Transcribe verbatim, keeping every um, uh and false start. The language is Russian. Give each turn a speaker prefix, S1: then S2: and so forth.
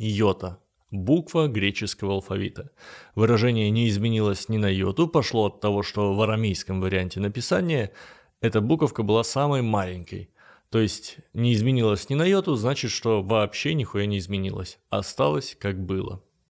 S1: йота. Буква греческого алфавита. Выражение не изменилось ни на йоту, пошло от того, что в арамейском варианте написания эта буковка была самой маленькой. То есть не изменилось ни на йоту, значит, что вообще нихуя не изменилось. Осталось как было.